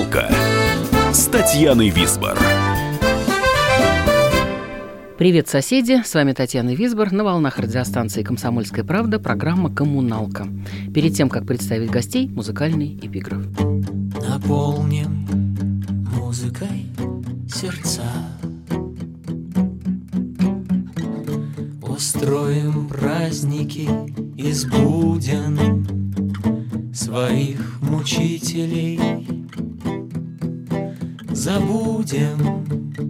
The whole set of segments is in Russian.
«Коммуналка» с Татьяной Висбор. Привет, соседи! С вами Татьяна Висбор. На волнах радиостанции «Комсомольская правда» программа «Коммуналка». Перед тем, как представить гостей, музыкальный эпиграф. Наполним музыкой сердца, устроим праздники из буден своих мучителей. Забудем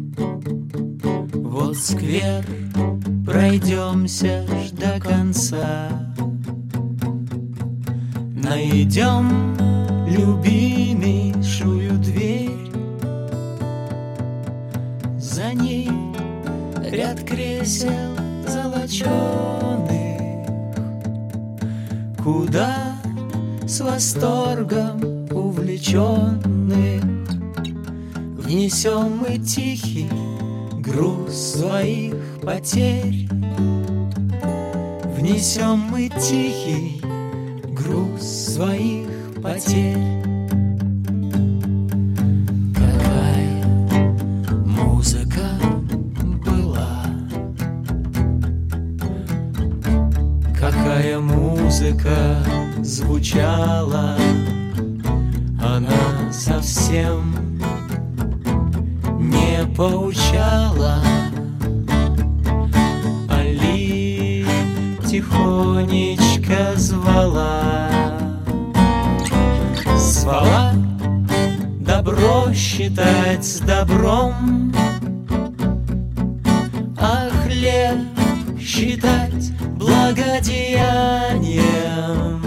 вот сквер, пройдемся ж до конца. Найдем любимейшую дверь, за ней ряд кресел золоченых, куда с восторгом увлеченных внесем мы тихий груз своих потерь. Внесем мы тихий груз своих потерь. Какая музыка была, какая музыка звучала, она совсем не поучала, а лишь тихонечко звала. Звала добро считать с добром, а хлеб считать благодеянием,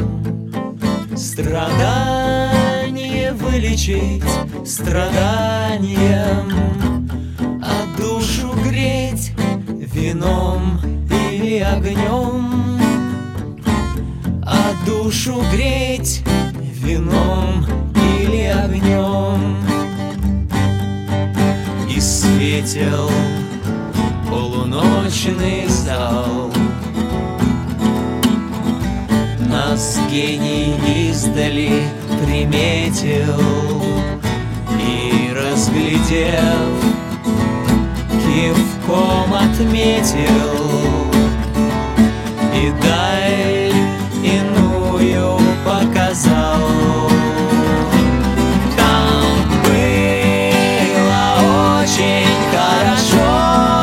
страдание вылечить страданием, а душу греть вином или огнем, а душу греть вином или огнем. И светел полуночный зал, нас гений издали приметил и, разглядев, кивком отметил, и даль иную показал. Там было очень хорошо,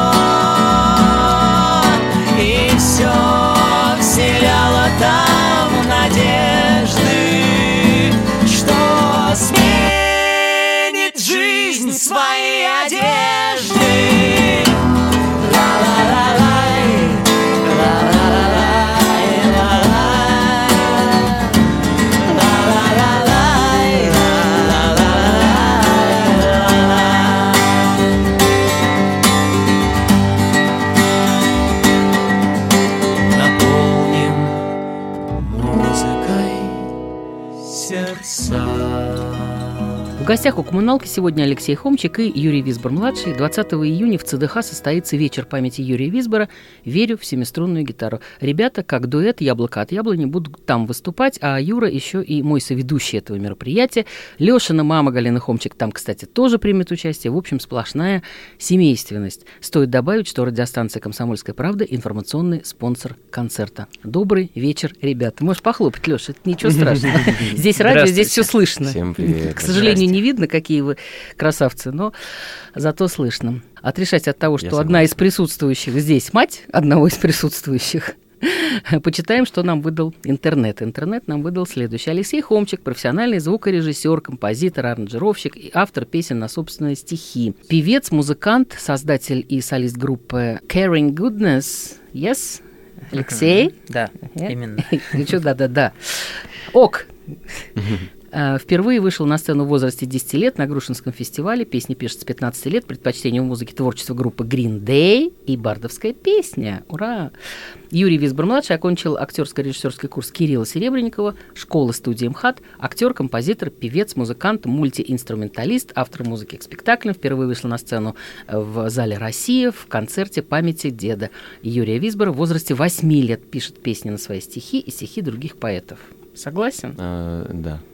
и все вселяло там надежды, что сменит жизнь своей одежды. Наполним музыкой сердца. В гостях у «Коммуналки» сегодня Алексей Хомчик и Юрий Висбор-младший. 20 июня в ЦДХ состоится вечер памяти Юрия Висбора «Верю в семиструнную гитару». Ребята, как дуэт «Яблоко от яблони», будут там выступать, а Юра еще и мой соведущий этого мероприятия. Лешина мама Галина Хомчик там, кстати, тоже примет участие. В общем, сплошная семейственность. Стоит добавить, что радиостанция «Комсомольская правда» — информационный спонсор концерта. Добрый вечер, ребята. Можешь похлопать, Леша, это ничего страшного. Здесь радио, здесь все слышно. Всем привет. К сожалению, не видно, какие вы красавцы, но зато слышно. Отрешать от того, что одна из присутствующих здесь мать одного из присутствующих, почитаем, что нам выдал интернет. Интернет нам выдал следующее. Алексей Хомчик, профессиональный звукорежиссер, композитор, аранжировщик и автор песен на собственные стихи. Певец, музыкант, создатель и солист группы Caring Goodness. Yes? Алексей? Да, именно. Ничего, да. Ок. Впервые вышел на сцену в возрасте 10 лет на Грушинском фестивале. Песни пишет с 15 лет. Предпочтение в музыке творчества группы Green Day и бардовская песня. Ура! Юрий Висбор-младший окончил актерско-режиссерский курс Кирилла Серебренникова, школа-студия МХАТ, актер, композитор, певец, музыкант, мультиинструменталист, автор музыки к спектаклям. Впервые вышел на сцену в зале «Россия» в концерте памяти деда Юрия Висбора. В возрасте 8 лет пишет песни на свои стихи и стихи других поэтов. Согласен? Да.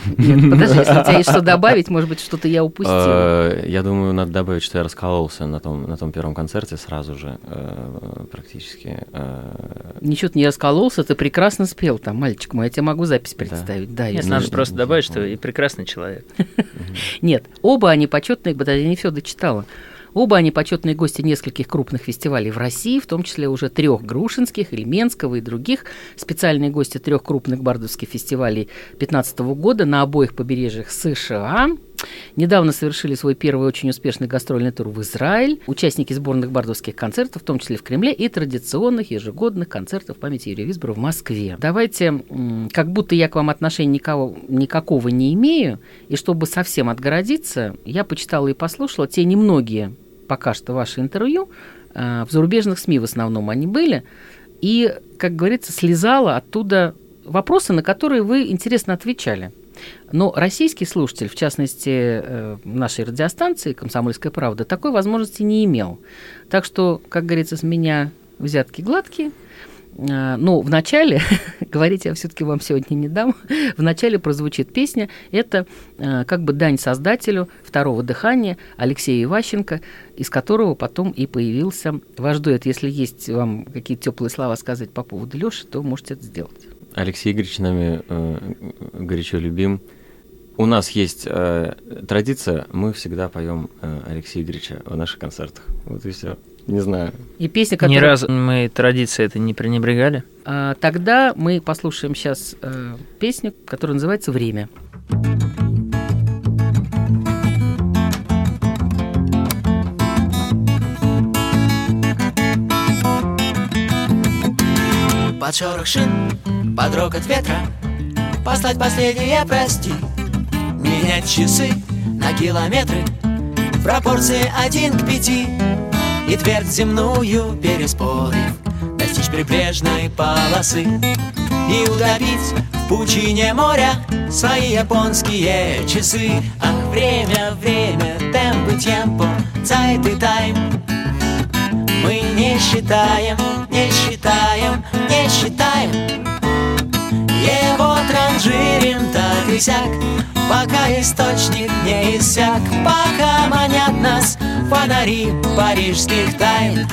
Нет, подожди, если у тебя есть что добавить, может быть, что-то я упустила. Я думаю, надо добавить, что я раскололся на том первом концерте сразу же, практически. Ничего ты не раскололся, ты прекрасно спел там, мальчик мой, я тебе могу запись представить. Да, Нет, надо просто добавить, что и прекрасный человек. Нет, оба они почетные, подожди, я не все дочитала. Оба они почетные гости нескольких крупных фестивалей в России, в том числе уже 3 грушинских, Ильменского и других. Специальные гости 3 крупных бардовских фестивалей 2015 года на обоих побережьях США. Недавно совершили свой первый очень успешный гастрольный тур в Израиль. Участники сборных бардовских концертов, в том числе в Кремле, и традиционных ежегодных концертов в памяти Юрия Висбора в Москве. Давайте, как будто я к вам отношения никакого не имею, и чтобы совсем отгородиться, я почитала и послушала те немногие пока что ваши интервью, в зарубежных СМИ в основном они были, и, как говорится, слезала оттуда вопросы, на которые вы интересно отвечали. Но российский слушатель, в частности, нашей радиостанции «Комсомольская правда», такой возможности не имел. Так что, как говорится, с меня взятки гладкие. Но в начале, говорить я все-таки вам сегодня не дам, в начале прозвучит песня, это как бы дань создателю «Второго дыхания» Алексея Иващенко, из которого потом и появился ваш дуэт. Если есть вам какие-то теплые слова сказать по поводу Лёши, то можете это сделать. Алексей Игоревич нами горячо любим. У нас есть традиция, мы всегда поем Алексея Игоревича в наших концертах. Вот и все. Не знаю. И песня, которая... Ни разу мы традиции это не пренебрегали. Тогда мы послушаем сейчас песню, которая называется «Время». Под шорох шин, под рокот ветра, послать последнее прости, менять часы на километры в пропорции 1 к 5, и твердь земную переспорив, достичь прибрежной полосы и утопить в пучине моря свои японские часы. Ах, время, время, темпы, темпо, цайт и тайм. Мы не считаем, не считаем, не считаем. Его транжирим так и сяк, пока источник не иссяк, пока манят нас фонари парижских тайн.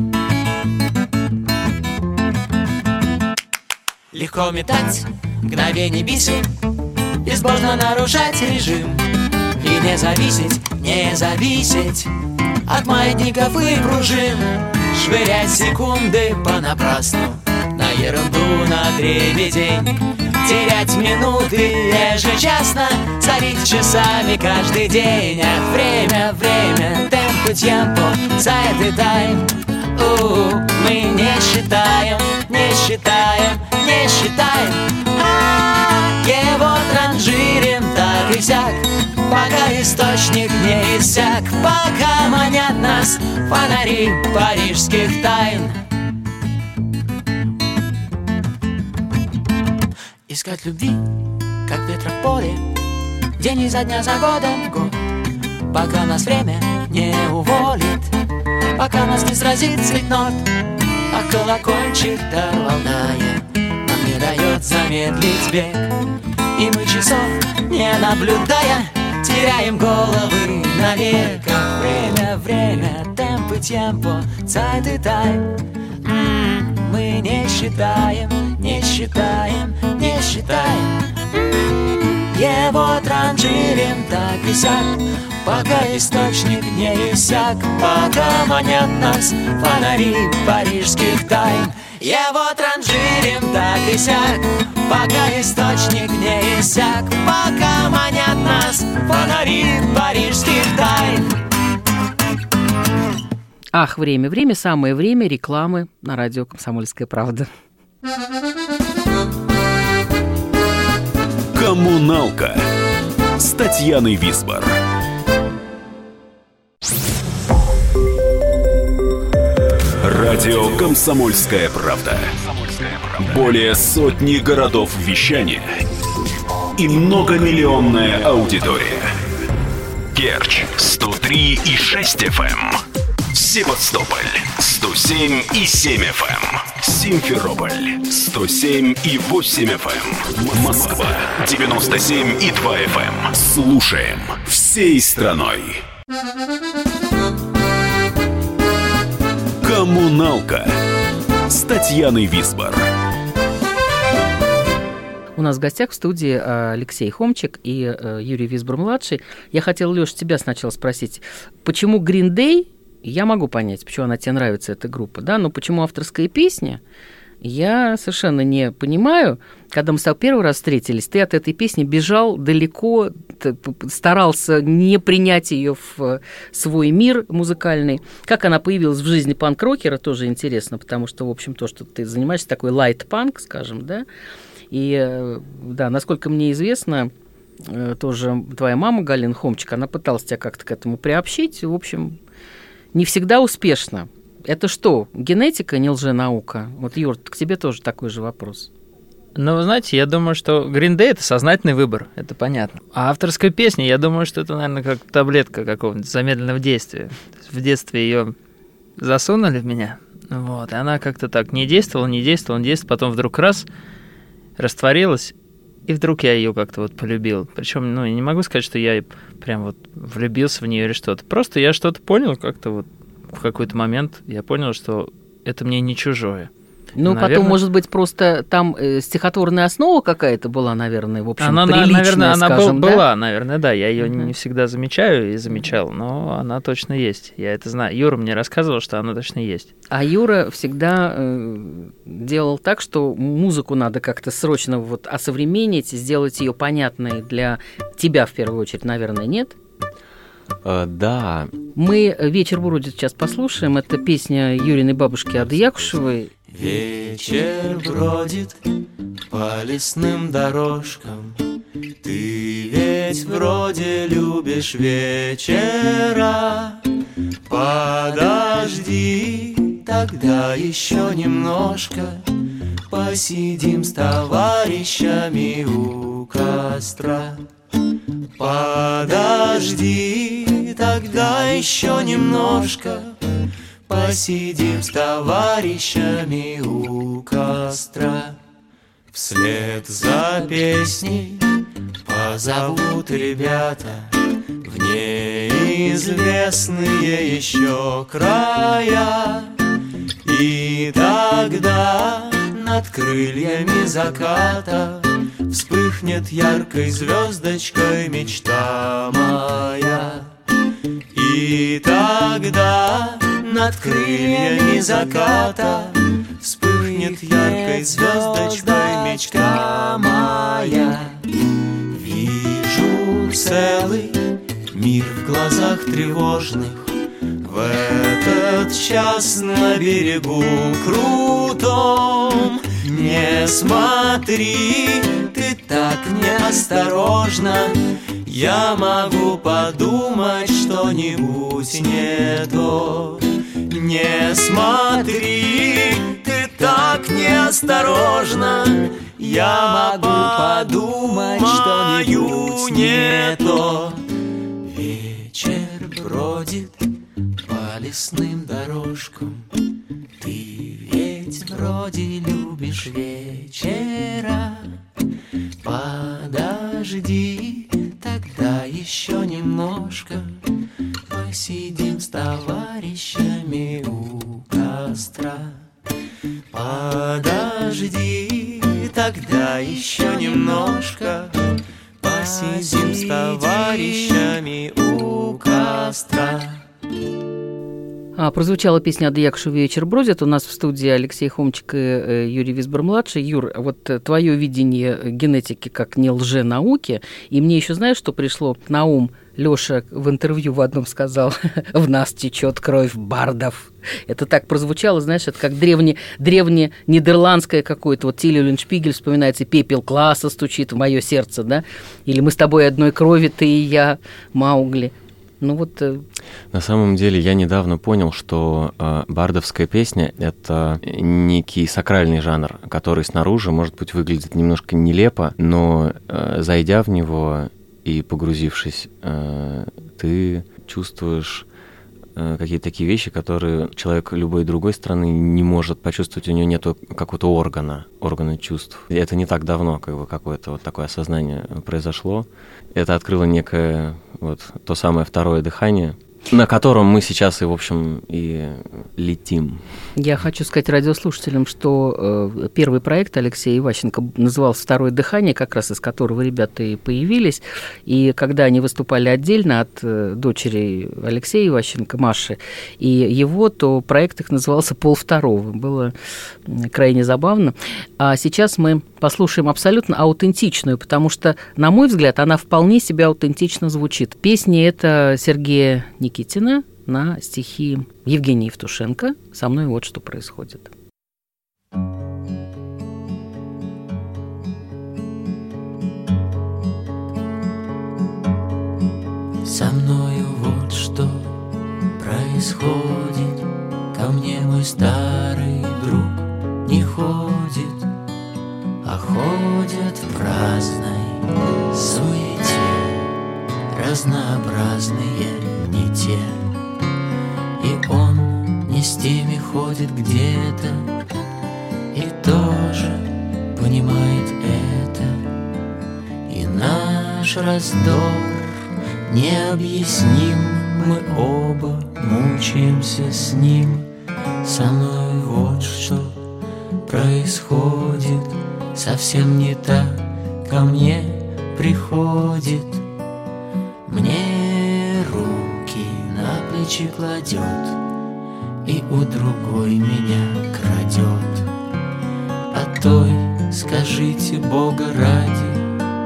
Легко метать мгновений бисер, безбожно нарушать режим и не зависеть, не зависеть от маятников и пружин, швырять секунды понапрасну на ерунду, на дребедень, терять минуты ежечасно, царить часами каждый день. Ах, время, время, темпо, темпо, сайт и тайм. Мы не считаем, не считаем, не считаем. Его транжирим так и сяк, пока источник не иссяк, пока манят нас фонари парижских тайн. Искать любви, как ветра в поле, день изо дня, за годом год, пока нас время не уволит, пока нас не сразит цветнот. А колокольчик до волная нам не дает замедлить бег, и мы часов не наблюдая теряем головы навек. Ах, время, время, темпы, темпо, цайт и тайм. Мы не считаем, не считаем, не считаем. Его транжирим так и сяк, пока источник не иссяк, пока манят нас фонари парижских тайн. Его транжирим так и сяк, пока источник не иссяк, пока манят нас фонари парижских тайн. Ах, время, время, самое время рекламы на радио «Комсомольская правда». «Коммуналка» с Татьяной Висбор. Радио «Комсомольская правда». Более сотни городов вещания и многомиллионная аудитория. Керчь 103,6 FM. Севастополь 107,7 FM. Симферополь 107,8 FM. Москва 97,2 FM. Слушаем всей страной. Коммуналка с Татьяной Висбор. У нас в гостях в студии Алексей Хомчик и Юрий Висбор-младший. Я хотела, Лёш, тебя сначала спросить, почему Green Day, я могу понять, почему она тебе нравится, эта группа, да, но почему авторская песня, я совершенно не понимаю. Когда мы с тобой первый раз встретились, ты от этой песни бежал далеко, старался не принять ее в свой мир музыкальный. Как она появилась в жизни панк-рокера, тоже интересно, потому что, в общем, то, что ты занимаешься, такой лайт-панк, скажем, да. И, да, насколько мне известно, тоже твоя мама, Галина Хомчик, она пыталась тебя как-то к этому приобщить, в общем, не всегда успешно. Это что, генетика, не лженаука? Вот, Юр, к тебе тоже такой же вопрос. Ну, вы знаете, я думаю, что Green Day — это сознательный выбор, это понятно. А авторская песня, я думаю, что это, наверное, как таблетка какого-то замедленного действия. В детстве ее засунули в меня, вот, и она как-то так не действовала, потом вдруг раз растворилась, и вдруг я ее как-то вот полюбил. Причем, ну, я не могу сказать, что я прям вот влюбился в нее или что-то. Просто я что-то понял как-то вот в какой-то момент. Я понял, что это мне не чужое. Ну, наверное, потом, может быть, просто там стихотворная основа какая-то была, наверное, в общем, она, приличная, наверное, она скажем, да? была, наверное, да. Я ее не всегда замечаю и замечал, но она точно есть. Я это знаю. Юра мне рассказывал, что она точно есть. А Юра всегда делал так, что музыку надо как-то срочно вот осовременить, сделать ее понятной для тебя в первую очередь, наверное, нет? Да. Мы «Вечер бродит» сейчас послушаем. Это песня Юриной бабушки Ады Якушевой. Вечер бродит по лесным дорожкам. Ты ведь вроде любишь вечера. Подожди, тогда еще немножко. Посидим с товарищами у костра. Подожди, тогда еще немножко. Посидим с товарищами у костра. Вслед за песней позовут ребята в неизвестные еще края. И тогда над крыльями заката вспыхнет яркой звездочкой мечта моя. И тогда над крыльями заката вспыхнет яркой звездочкой мечта моя. Вижу целый мир в глазах тревожных. В этот час на берегу крутом. Не смотри, ты так неосторожно. Я могу подумать что-нибудь не то. Не смотри, ты так неосторожно. Я могу подумать что-нибудь не то. Вечер бродит по лесным дорожкам. Ты ведь вроде любишь вечера. Подожди, тогда еще немножко. Посидим с товарищами у костра. Подожди, тогда еще немножко. Посидим с товарищами у костра. Прозвучала песня Ады Якушевой «Вечер бродит». У нас в студии Алексей Хомчик и Юрий Висбор-младший. Юр, вот твое видение генетики как не лженауки. И мне еще знаешь, что пришло на ум? Лёша в интервью в одном сказал: «В нас течет кровь бардов». Это так прозвучало, знаешь, это как древнее нидерландское какое-то. Вот Тилли Леншпигель вспоминается, «Пепел класса стучит в мое сердце», да? Или «Мы с тобой одной крови, ты и я, Маугли». Ну вот. На самом деле я недавно понял, что бардовская песня — это некий сакральный жанр, который снаружи, может быть, выглядит немножко нелепо, но зайдя в него и погрузившись, ты чувствуешь какие-то такие вещи, которые человек любой другой страны не может почувствовать, у него нету какого-то органа чувств. И это не так давно какое-то вот такое осознание произошло. Это открыло некое то самое второе дыхание, на котором мы сейчас и, в общем, и летим. Я хочу сказать радиослушателям, что первый проект Алексея Иващенко назывался «Второе дыхание», как раз из которого ребята и появились. И когда они выступали отдельно от дочери Алексея Иващенко, Маши, и его, то проект их назывался «Полвторого». Было крайне забавно. А сейчас мы послушаем абсолютно аутентичную, потому что, на мой взгляд, она вполне себе аутентично звучит. Песня эта Сергея Никитина на стихи Евгения Евтушенко. «Со мной вот что происходит». Со мною вот что происходит, ко мне мой старый друг не ходит, а ходят в праздной суете разнообразные не те. И он не с теми ходит где-то и тоже понимает это. И наш раздор необъясним, мы оба мучаемся с ним. Со мной вот что происходит, совсем не так ко мне приходит. Мне руки на плечи кладет и у другой меня крадет. А той скажите Бога ради,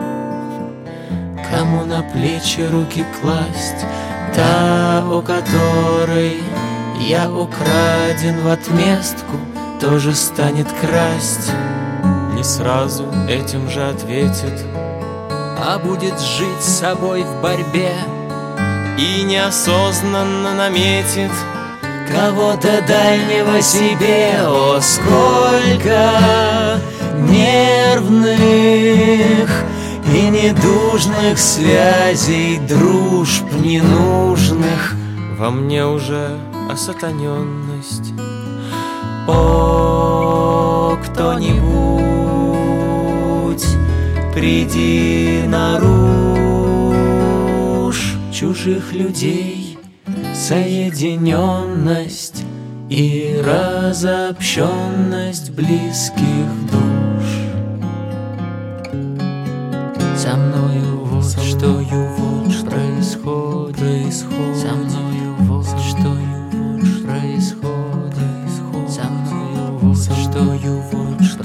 кому на плечи руки класть? Та, у которой я украден в отместку, тоже станет красть. Не сразу этим же ответит, а будет жить с собой в борьбе и неосознанно наметит кого-то дальнего себе. О, сколько нервных и недужных связей, дружб ненужных, во мне уже осатаненность. О, кто-нибудь, приди нарушь чужих людей соединенность и разобщенность близких душ. Со мною вот что происходит, со мною вот что происходит, со мною вот что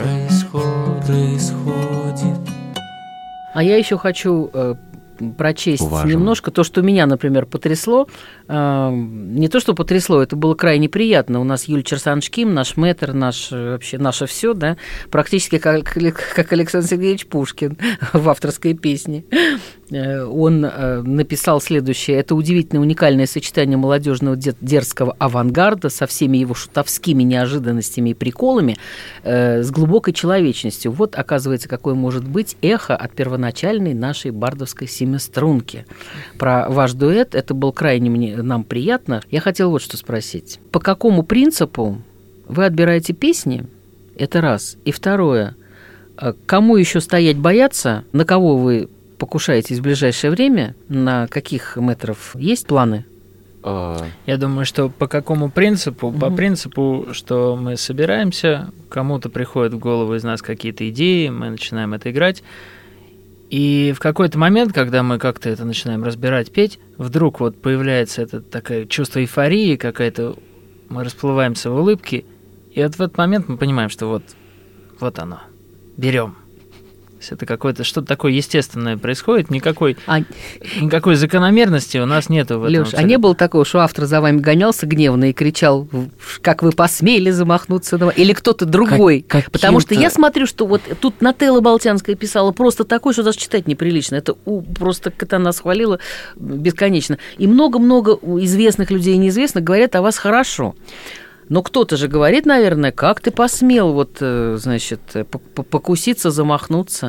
происходит. А я еще хочу прочесть Уважим. немножко то, что меня, например, потрясло. Не то, что потрясло, это было крайне приятно. У нас Юлий Черсаншким, наш мэтр, вообще наше все, да, практически как Александр Сергеевич Пушкин в авторской песне. Он написал следующее: это удивительное, уникальное сочетание молодежного дерзкого авангарда со всеми его шутовскими неожиданностями и приколами, с глубокой человечностью. Вот, оказывается, какое может быть эхо от первоначальной нашей бардовской семиструнки. Про ваш дуэт, это было крайне нам приятно. Я хотела вот что спросить. По какому принципу вы отбираете песни? Это раз. И второе. Кому еще стоять бояться? На кого вы покушаетесь в ближайшее время? На каких мэтров есть планы? Я думаю, что по какому принципу? По принципу, что мы собираемся, кому-то приходят в голову из нас какие-то идеи, мы начинаем это играть. И в какой-то момент, когда мы как-то это начинаем разбирать, петь, вдруг вот появляется это такое чувство эйфории какая-то, мы расплываемся в улыбке, и вот в этот момент мы понимаем, что вот оно, берем. То есть это какое-то что-то такое естественное происходит, никакой закономерности у нас нету в этом. Лёш, а не было такого, что автор за вами гонялся гневно и кричал, как вы посмели замахнуться на... Или кто-то другой? Потому что я смотрю, что вот тут Нателла Болтянская писала просто такое, что даже читать неприлично. Это просто как она схвалила бесконечно. И много-много известных людей и неизвестных говорят о вас хорошо. Но кто-то же говорит, наверное, как ты посмел, покуситься, замахнуться?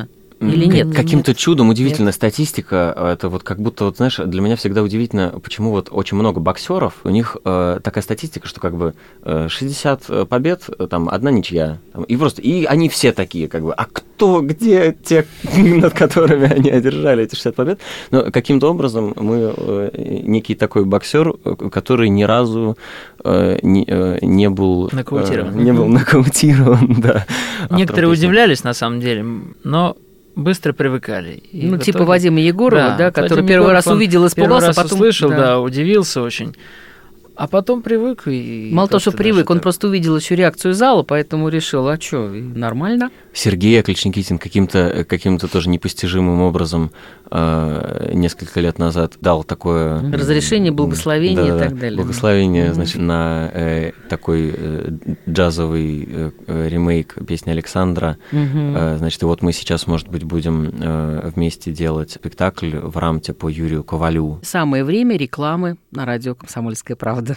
Или нет? Каким-то чудом удивительная статистика. Это вот как будто, вот, знаешь, для меня всегда удивительно, почему вот очень много боксеров, у них такая статистика, что как бы 60 побед, там, 1 ничья. И они все такие, как бы, а где те, над которыми они одержали эти 60 побед? Но каким-то образом мы некий такой боксер, который ни разу не был нокаутирован, да. Некоторые удивлялись, на самом деле, но быстро привыкали. И типа Вадима Егорова, да, который Вадим первый раз увидел, испугался, потом услышал, да, удивился очень. А потом привык и... Мало того, что привык, он просто увидел еще реакцию зала, поэтому решил, а что, нормально. Сергей Оклич-Никитин каким-то тоже непостижимым образом несколько лет назад дал такое... Разрешение, благословение и так далее. Благословение, значит, на такой джазовый ремейк песни Александра. Значит, и вот мы сейчас, может быть, будем вместе делать спектакль в рамте по Юрию Ковалю. Самое время рекламы на радио «Комсомольская правда».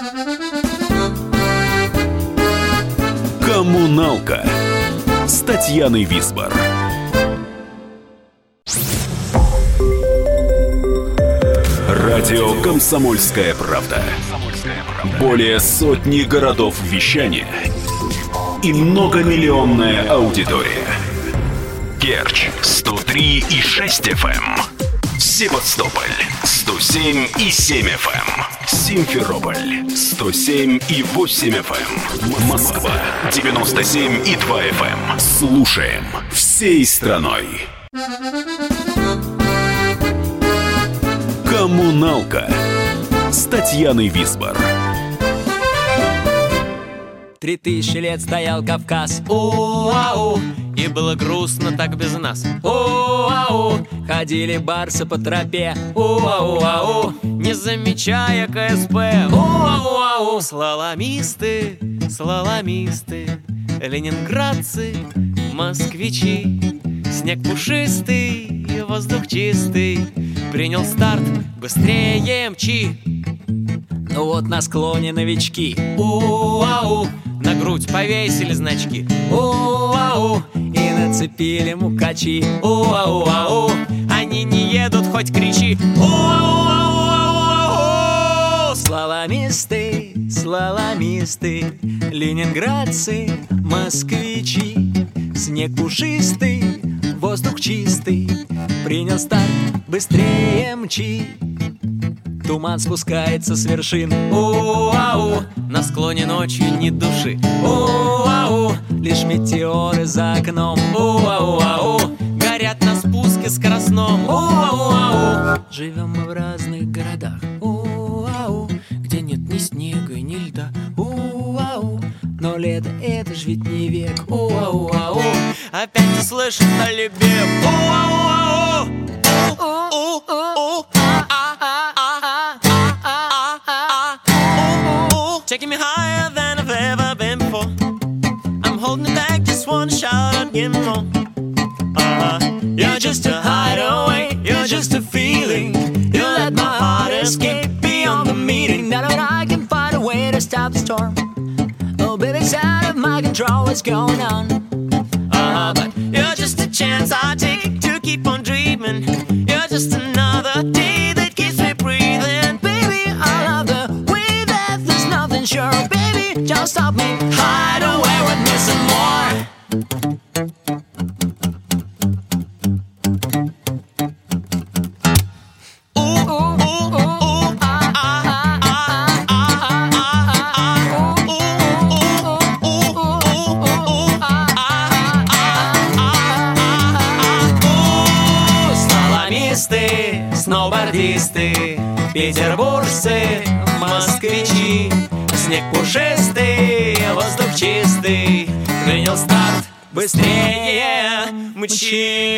Коммуналка с Татьяной Висбор. Радио «Комсомольская правда». Более сотни городов вещания и многомиллионная аудитория. Керчь 103,6 FM. Севастополь 107,7 FM. Симферополь 107,8 FM. Москва 97,2 FM. Слушаем всей страной. Коммуналка с Татьяной Висбор. 3000 лет стоял Кавказ, у-ау, и было грустно так без нас, у-ау. Ходили барсы по тропе, у-ау-ау, не замечая КСП, у-ау-ау. Слаломисты, ленинградцы, москвичи. Снег пушистый, воздух чистый, принял старт, быстрее мчи. Ну вот на склоне новички, у-ау, на грудь повесили значки, у-ау, и нацепили мукачи, у-ау-ау. Они не едут, хоть кричи, у-ау-ау-ау-ау. Слаломисты, ленинградцы, москвичи. Снег пушистый, воздух чистый, принял старт, быстрее мчи. Туман спускается с вершин, у-ау, на склоне ночью ни души, у-ау, лишь метеоры за окном, у-ау-ау, горят на спуске скоростном, у-ау-ау. Живем мы в разных городах, у-ау, где нет ни снега, ни льда, у-ау, но лето это ж ведь не век, у-ау-ау. Опять услышит о любви, у-ау-ау, у-у-у. Taking me higher than I've ever been before. I'm holding it back, just one shot, I'd give me more. You're just a hideaway, you're just a feeling. You let my heart escape beyond the meeting. Now that I can find a way to stop the storm. Oh baby, it's out of my control, what's going on? But you're just a chance I take to keep on dreaming. You're just another day that keeps me breathing. Baby, I love the way that there's nothing sure. Baby, don't stop me, hide away with me some more. Сноубордисты, петербуржцы, москвичи. Снег пушистый, воздух чистый, принял старт, быстрее мчи.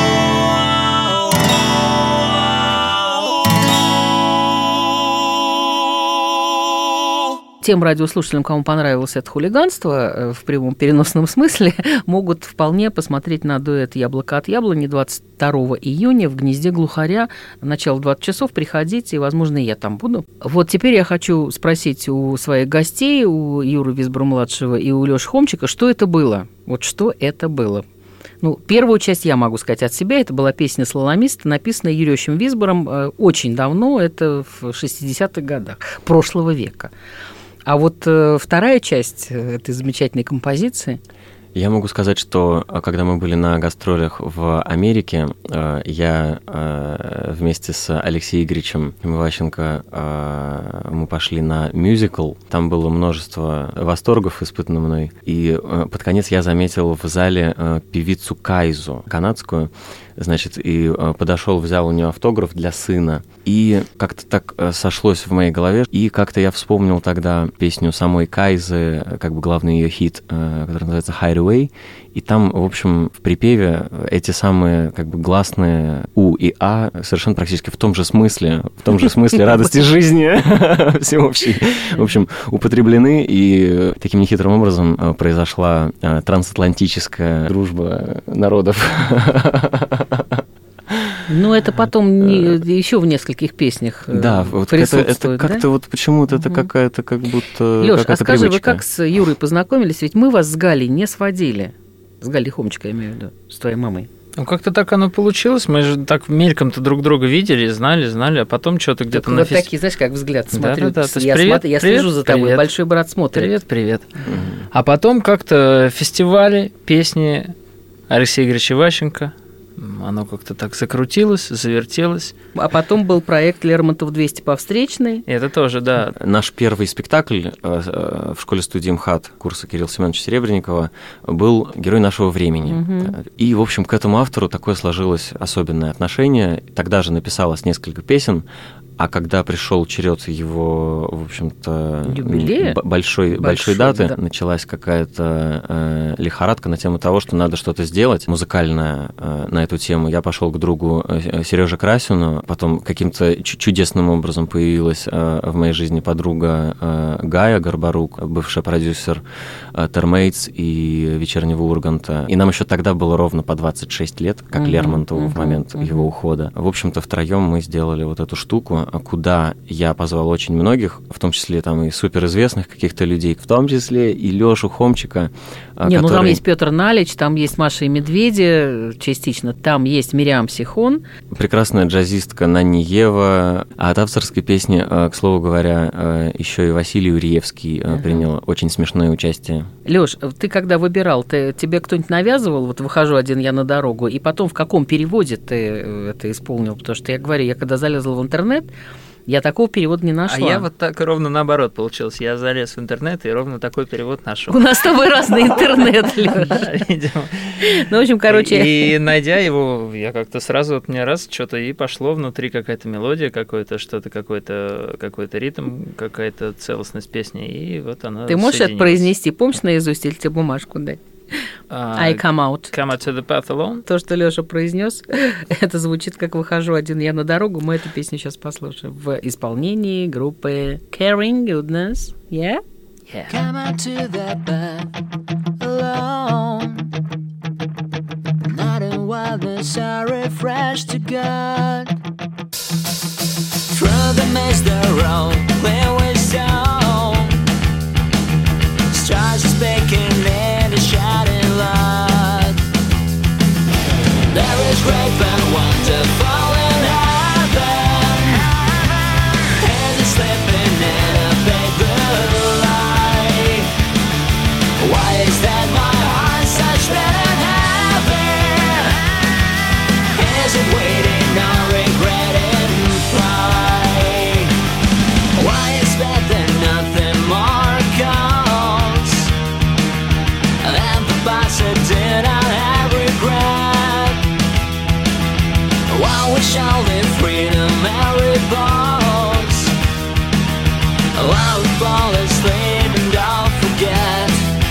Тем радиослушателям, кому понравилось это хулиганство в прямом переносном смысле, могут вполне посмотреть на дуэт «Яблоко от яблони» 22 июня в «Гнезде глухаря». Начало 20 часов, приходите, и, возможно, я там буду. Вот теперь я хочу спросить у своих гостей, у Юры Висбора-младшего и у Лёши Хомчика, что это было? Вот что это было? Ну, первую часть я могу сказать от себя. Это была песня «Слаломист», написанная Юрием Висбором очень давно, это в 60-х годах прошлого века. А вот вторая часть этой замечательной композиции... Я могу сказать, что когда мы были на гастролях в Америке, я вместе с Алексеем Игоревичем Иващенко мы пошли на мюзикл. Там было множество восторгов испытано мной. И под конец я заметил в зале певицу Кайзу, канадскую, значит, и подошел, взял у нее автограф для сына. И как-то так сошлось в моей голове. И как-то я вспомнил тогда песню самой Кайзы, как бы главный ее хит, который называется «Hideaway». И там, в общем, в припеве эти самые как бы гласные «у» и «а» совершенно практически в том же смысле радости жизни всеобщей, в общем, употреблены, и таким нехитрым образом произошла трансатлантическая дружба народов. Ну, это потом еще в нескольких песнях да, вот это как-то да? Вот почему-то это какая-то как будто Лёш, а скажи, привычка. Вы как с Юрой познакомились? Ведь мы вас с Галей не сводили. С Галей Хомчик, я имею в виду, с твоей мамой. Ну, как-то так оно получилось. Мы же так мельком-то друг друга видели, знали, а потом что-то где-то на вот такие, знаешь, как взгляд смотрю. Да. Я слежу за тобой, большой брат смотрит. Привет. А потом как-то фестивали, песни Алексея Игоревича Иващенко. Оно как-то так закрутилось, завертелось. А потом был проект «Лермонтов 200 по встречной». Это тоже, да. Наш первый спектакль в школе-студии МХАТ курса Кирилла Семеновича Серебренникова был «Герой нашего времени». Угу. И, в общем, к этому автору такое сложилось особенное отношение. Тогда же написалось несколько песен. А когда пришел черед его, в общем-то, большой даты, да. Началась какая-то лихорадка на тему того, что надо что-то сделать музыкальное на эту тему. Я пошел к другу Сереже Красину, потом каким-то чудесным образом появилась в моей жизни подруга Гая Горбарук, бывшая продюсер Термейтс и «Вечернего Урганта». И нам еще тогда было ровно по 26 лет, как Лермонтову в момент его ухода. В общем-то, втроем мы сделали вот эту штуку, куда я позвал очень многих, в том числе там и суперизвестных каких-то людей, в том числе и Лёшу Хомчика. Ну там есть Петр Налич, там есть Маша и Медведи частично, там есть Мириам Сихон. Прекрасная джазистка Нанни-Ева. А от авторской песни, к слову говоря, еще и Василий Уриевский принял очень смешное участие. Лёш, ты когда выбирал, тебе кто-нибудь навязывал, вот «Выхожу один я на дорогу», и потом в каком переводе ты это исполнил? Потому что я говорю, я когда залезла в интернет, я такого перевода не нашла. А я вот так ровно наоборот получилось. Я залез в интернет и ровно такой перевод нашел. У нас с тобой разный интернет, Лёша. Видимо. Ну, в общем, короче... И найдя его, я как-то сразу вот мне что-то и пошло внутри какая-то мелодия, какое-то что-то, какой-то ритм, какая-то целостность песни, и вот она. Ты можешь это произнести? Помнишь наизусть или тебе бумажку дать? I come out. Come out to the path alone. То, что Лёша произнес, это звучит как «Выхожу один я на дорогу». Мы эту песню сейчас послушаем в исполнении группы Caring Goodness. Yeah? Yeah. Come out to the path alone. Night and wildness are refreshed to God. Through the mist, the road clear with stone. Stars speaking in the shining light. There is great and wonderful in heaven. And it's sleeping in a big blue light. Why is that my heart such red and heavy? Is it waiting or regretting flight? Why is that nothing more counts? And the bastard did not have regret. While we shall live freedom and repose, while we fall asleep and don't forget.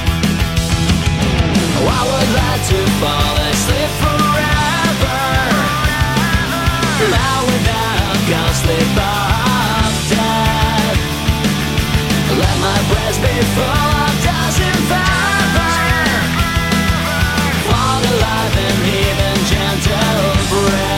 I would like to fall asleep forever, now without a ghostly of death. Let my breast be full of dust and feather, fall alive and even gentle breath.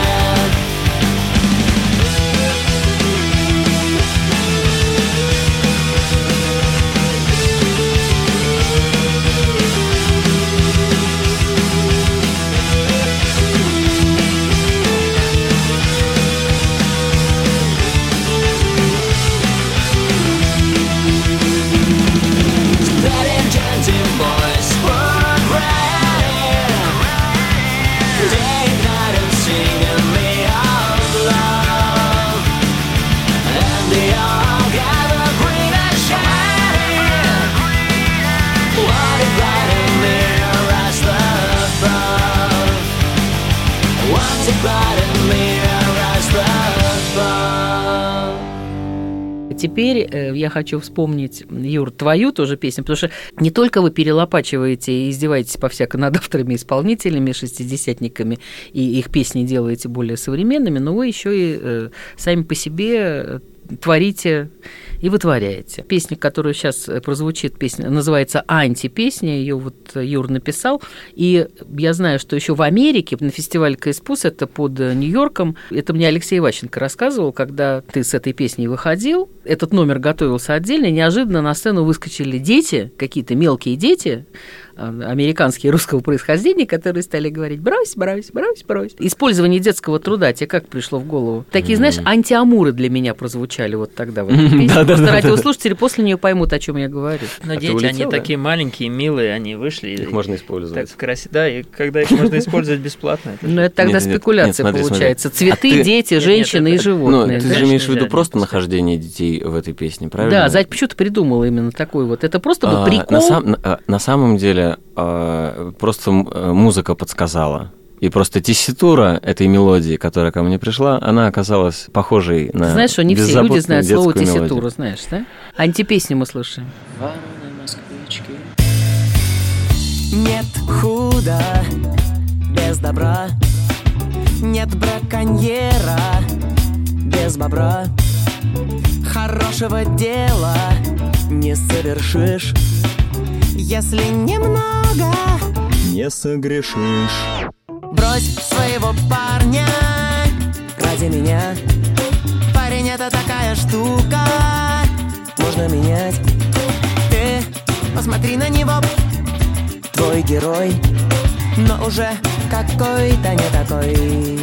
Теперь я хочу вспомнить, Юр, твою тоже песню, потому что не только вы перелопачиваете и издеваетесь по-всяко над авторами-исполнителями, шестидесятниками, и их песни делаете более современными, но вы еще и сами по себе творите и вытворяете. Песня, которая сейчас прозвучит, песня называется «Антипесня», ее вот Юр написал, и я знаю, что еще в Америке на фестивале КСПУС, это под Нью-Йорком, это мне Алексей Иващенко рассказывал, когда ты с этой песней выходил, этот номер готовился отдельно, неожиданно на сцену выскочили дети, какие-то мелкие дети, американские русского происхождения, которые стали говорить «брось, брось, брось, брось». Использование детского труда, тебе как пришло в голову? Такие, знаешь, антиамуры для меня прозвучали вот тогда в этой песне. Просто радиослушатели после нее поймут, о чем я говорю. Но дети, они такие маленькие, милые, они вышли. Их можно использовать. Так красиво, да, и когда их можно использовать бесплатно. Ну, это тогда спекуляция получается. Цветы, дети, женщины и животные. Ну, ты же имеешь в виду просто нахождение детей в этой песне, правильно? Да, Зайд почему-то придумал именно такой вот. Это просто был прикол. На самом деле просто музыка подсказала. И просто тесситура этой мелодии, которая ко мне пришла, она оказалась похожей на знаешь, что не все люди знают слово тесситура, мелодию. Знаешь, да? Антипесню мы слушаем. Нет худа без добра, нет браконьера без бобра. Хорошего дела не совершишь, если немного не согрешишь. Брось своего парня ради меня. Парень — это такая штука, можно менять. Ты посмотри на него, твой герой, но уже какой-то не такой.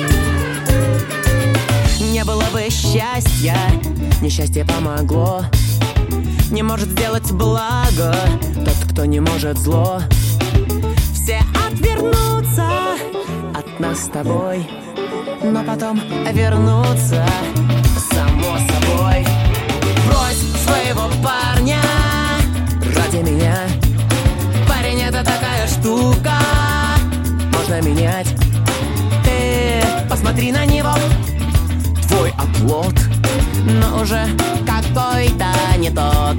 Не было бы счастья, несчастье помогло. Не может сделать благо тот, кто не может зло. Все отвернутся от нас с тобой, но потом вернутся само собой. Брось своего парня ради меня. Парень — это такая штука, можно менять. Ты посмотри на него, твой оплот, но уже какой-то не тот.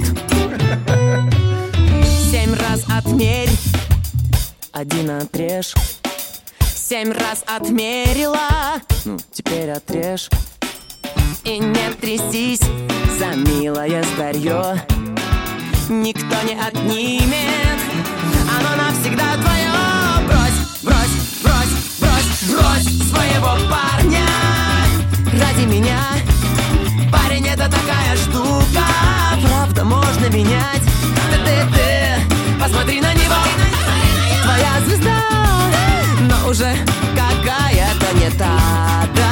7 раз отмерь, 1 отрежь. 7 раз отмерила, ну теперь отрежь. И не трясись за милое старье, никто не отнимет, оно навсегда твое. Брось, брось, брось, брось, брось своего парня ради меня. Парень — это такая штука, правда можно менять. Ты посмотри на него, твоя звезда, но уже какая-то не та, да.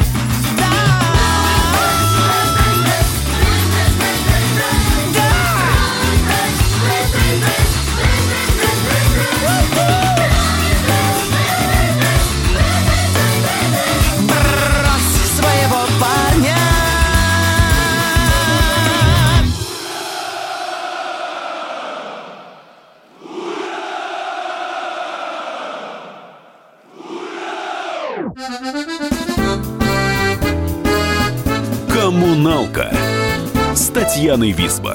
«Коммуналка» с Татьяной Висбор.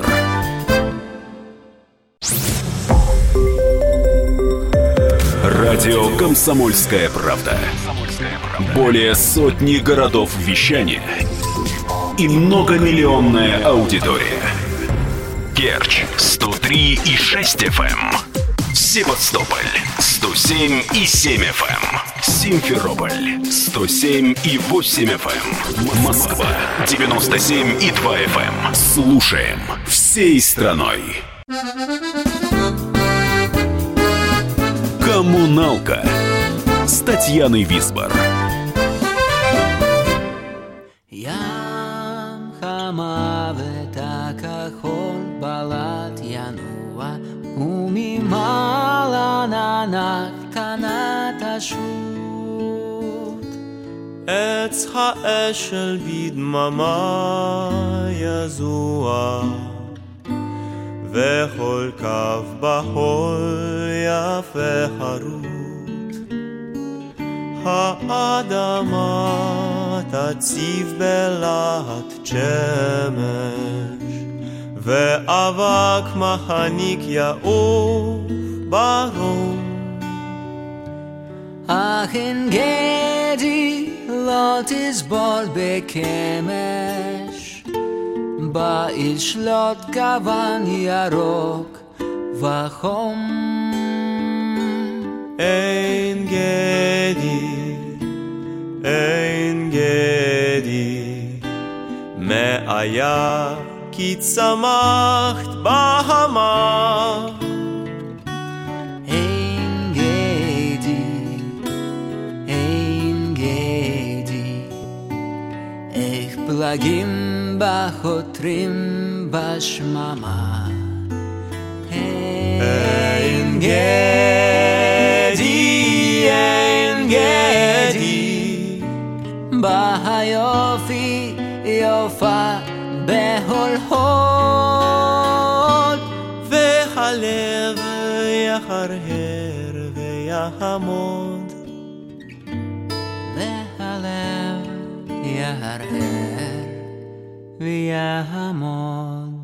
Радио «Комсомольская правда». Более сотни городов вещания и многомиллионная аудитория. Керчь 103,6 FM. Севастополь 107,7 FM. Симферополь 107,8 FM. Москва 97,2 FM. Слушаем всей страной. «Коммуналка» с Татьяной Висбор. ים חמה ותכחול בלט ינוע וממעלה ננח קנת השוט עץ האשל בדממה יזוע וכל קו בחול יפה חרוט האדמה תציב בלהט שמש, ואבק מחניק יעוף ברום. אך אין גדי לא תסבול בקמש, בה ישלוט גוון ירוק וחום. אין גדי, מאיה כי צמחת בהמה. אין גדי, איך פלגים בחותרים בשממה. אין גדי, בהיופי יופה בהולהות, והלב יחרהר ויעמוד. והלב יהרהר ויעמוד.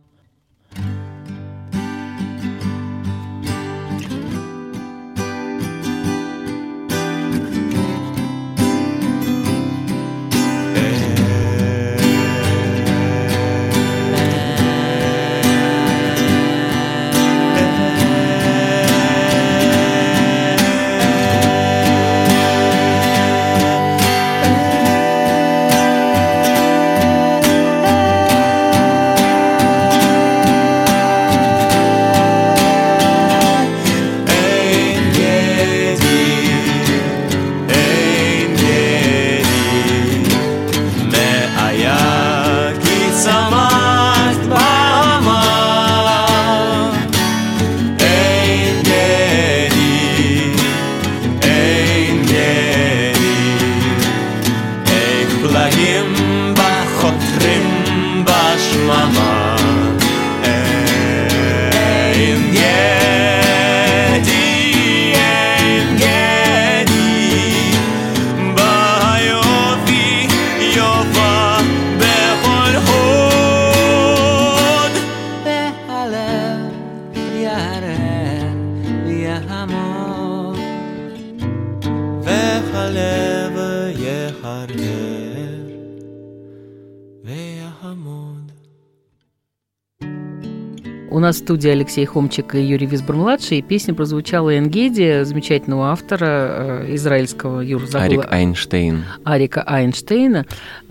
У нас в студии Алексей Хомчик и Юрий Висбор-младший. Песня прозвучала «Энгеди» замечательного автора израильского, Юр, забыла. Арика Айнштейна.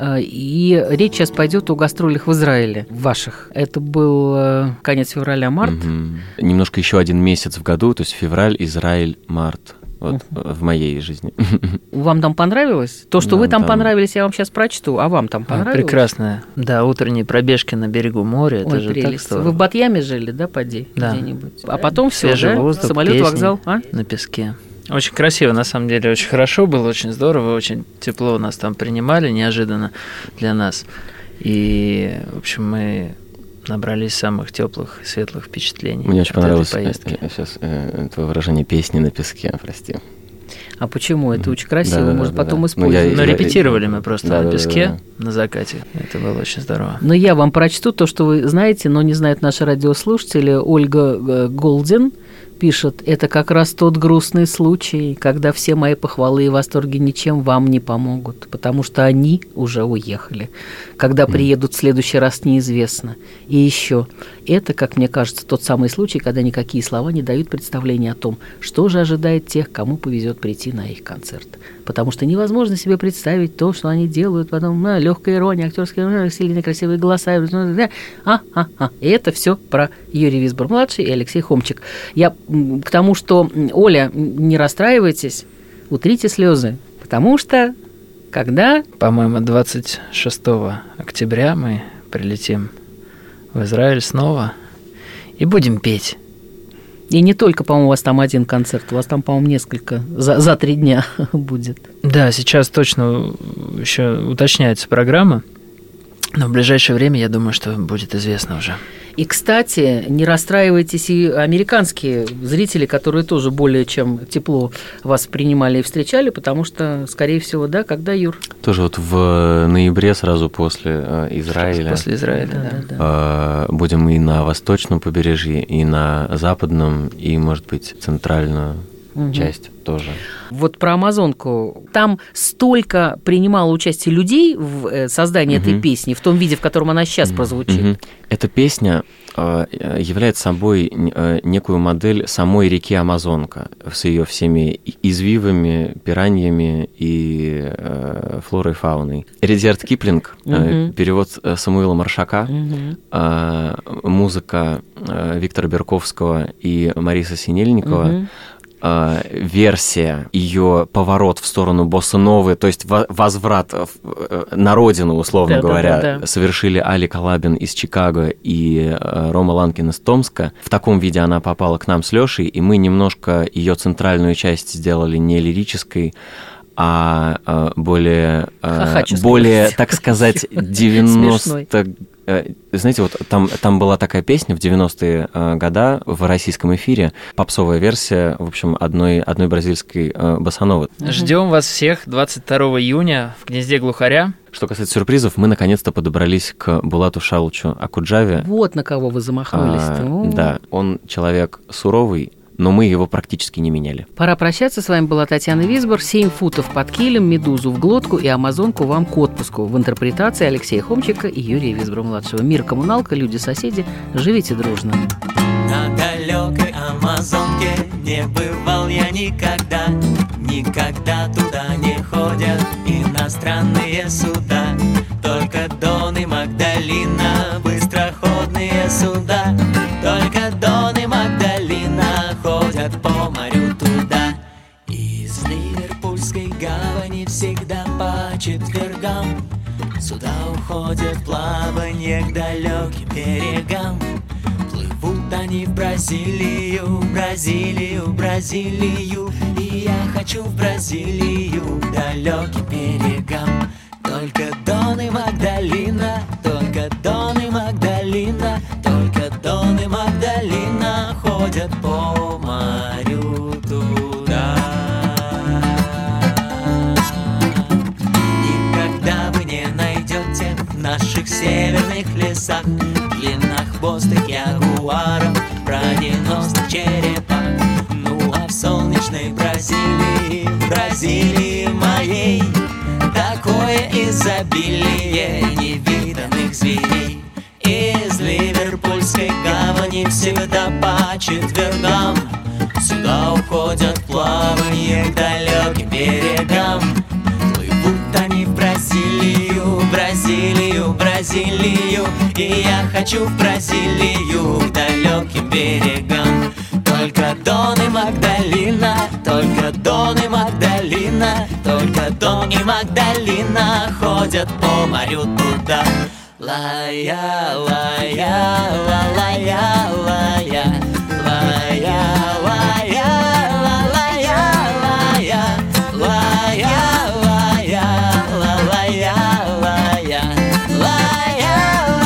И речь сейчас пойдет о гастролях в Израиле, ваших. Это был конец февраля-март. Немножко еще один месяц в году, то есть февраль, Израиль, март. Вот в моей жизни. Вам там понравилось? То, что вы там понравились, я вам сейчас прочту. А вам там понравилось? Прекрасная. Да, утренние пробежки на берегу моря. Ой, это же прелесть. так здорово. Вы в Батьяме жили, да, поди? Да. Где-нибудь. А потом все, свежий да? воздух, Самолет, песни вокзал. на песке. Очень красиво, на самом деле, очень хорошо было, очень здорово, очень тепло нас там принимали, неожиданно для нас. И, в общем, мы набрались самых теплых и светлых впечатлений. Мне очень понравилось сейчас твое выражение «песни на песке», прости. А почему? Это очень красиво, может, потом использовать. Но репетировали мы просто на песке, на закате. Это было очень здорово. Но я вам прочту то, что вы знаете, но не знают наши радиослушатели. Ольга Голдин пишет: «Это как раз тот грустный случай, когда все мои похвалы и восторги ничем вам не помогут, потому что они уже уехали. Когда приедут в следующий раз, неизвестно. И еще, это, как мне кажется, тот самый случай, когда никакие слова не дают представления о том, что же ожидает тех, кому повезет прийти на их концерт. Потому что невозможно себе представить то, что они делают, потом легкая ирония, актерские сильные красивые голоса. И это все про Юрия Висбор-младший и Алексей Хомчик. Я к тому, что, Оля, не расстраивайтесь, утрите слезы, потому что когда... По-моему, 26 октября мы прилетим в Израиль снова и будем петь. И не только, по-моему, у вас там один концерт, у вас там, по-моему, несколько за 3 дня будет. Да, сейчас точно еще уточняется программа. Но в ближайшее время, я думаю, что будет известно уже. И, кстати, не расстраивайтесь и американские зрители, которые тоже более чем тепло вас принимали и встречали, потому что, скорее всего, да, когда, Юр? Тоже вот в ноябре, сразу после Израиля. После Израиля, да. Будем и на восточном побережье, и на западном, и, может быть, центральную часть тоже. Вот про Амазонку. Там столько принимало участие людей в создании этой песни, в том виде, в котором она сейчас прозвучит. Эта песня является собой некую модель самой реки Амазонка с ее всеми извивами, пираньями и флорой, фауной. Редьярд Киплинг, перевод Самуила Маршака, музыка Виктора Берковского и Мариса Синельникова, версия, ее поворот в сторону босса-новой, то есть возврат на родину, условно говоря, совершили Али Калабин из Чикаго и Рома Ланкин из Томска. В таком виде она попала к нам с Лешей, и мы немножко ее центральную часть сделали не лирической, а более, так сказать, 90... Знаете, вот там была такая песня в 90-е годы в российском эфире, попсовая версия, в общем, одной бразильской босановы. Ждем вас всех 22 июня в «Гнезде глухаря». Что касается сюрпризов, мы наконец-то подобрались к Булату Шалычу Акуджаве. Вот на кого вы замахнулись-то. Да, он человек суровый, но мы его практически не меняли. Пора прощаться. С вами была Татьяна Висбор. 7 футов под килем, медузу в глотку и амазонку вам к отпуску. В интерпретации Алексея Хомчика и Юрия Висбора-младшего. Мир, коммуналка, люди-соседи. Живите дружно. На далекой Амазонке не бывал я никогда. Никогда туда не ходят иностранные суда. Только Дон и Магдалина, быстроходные суда. Только Дон и Магдалина ходят по морю туда. Из Ливерпульской гавани всегда по четвергам суда уходят в плаванье к далеким берегам. Плывут они в Бразилию, Бразилию, Бразилию. И я хочу в Бразилию, к далеким берегам. Только Дон и Магдалина, только Дон и Магдалина, только Дон и Магдалина ходят по морю туда. Никогда вы не найдете в наших северных лесах длиннохвостых ягуаров, броненосных черепах. Ну а в солнечной Бразилии, Бразилии моей, такое изобилие невиданных зверей. Из Ливерпульской гавани всегда по четвергам сюда уходят в плаванье к далеким берегам. Плывут они в Бразилию, Бразилию, Бразилию. И я хочу в Бразилию, к далеким берегам. Только Дон и Магдалина, только Дон и Магдалина, только Дон и Магдалина ходят по морю туда. Ла-я, ла-я, ла-ла-я, ла-я, ла-я, ла-я, ла-ла-я, ла-я, ла-я, ла-я, ла-ла-я, ла-я, ла-я,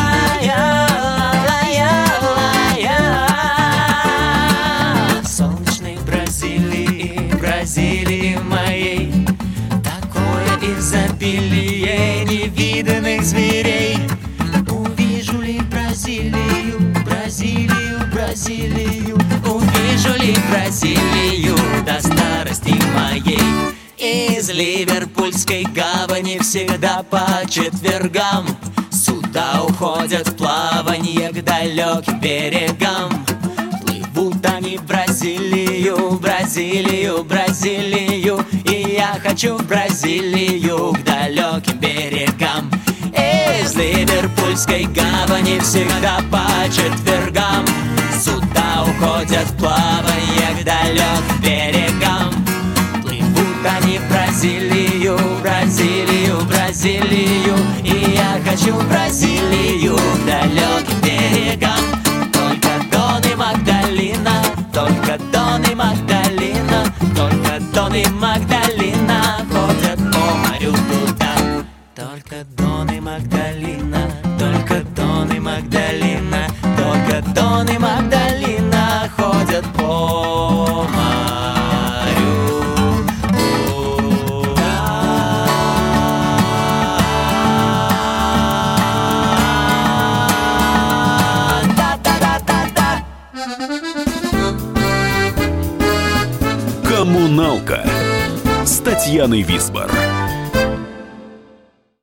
ла-я, ла-я, ла-я. В солнечной Бразилии, Бразилии моей, такое изобилие невиданных зверей. Увижу ли Бразилию, Бразилию, Бразилию, увижу ли Бразилию до старости моей. Из Ливерпульской гавани всегда по четвергам суда уходят в плаванье к далеким берегам. Плывут они в Бразилию, Бразилию, Бразилию. И я хочу в Бразилию, к далеким берегам. Из Ливерпульской гавани всегда по четвергам суда уходят в плаванье к далеким берегам. Плывут они в Бразилию, Бразилию, Бразилию. И я хочу в Бразилию, к далеким берегам. Только Дон и Магдалина, только Дон и Магдалина, только Дон и Магдалина ходят по морю туда. Только Дон и Магдалина, только Дон и Магдалина, только Дон и Магдалина ходят по морю. Да-да-да-да-да. Коммуналка с Татьяной Висбор.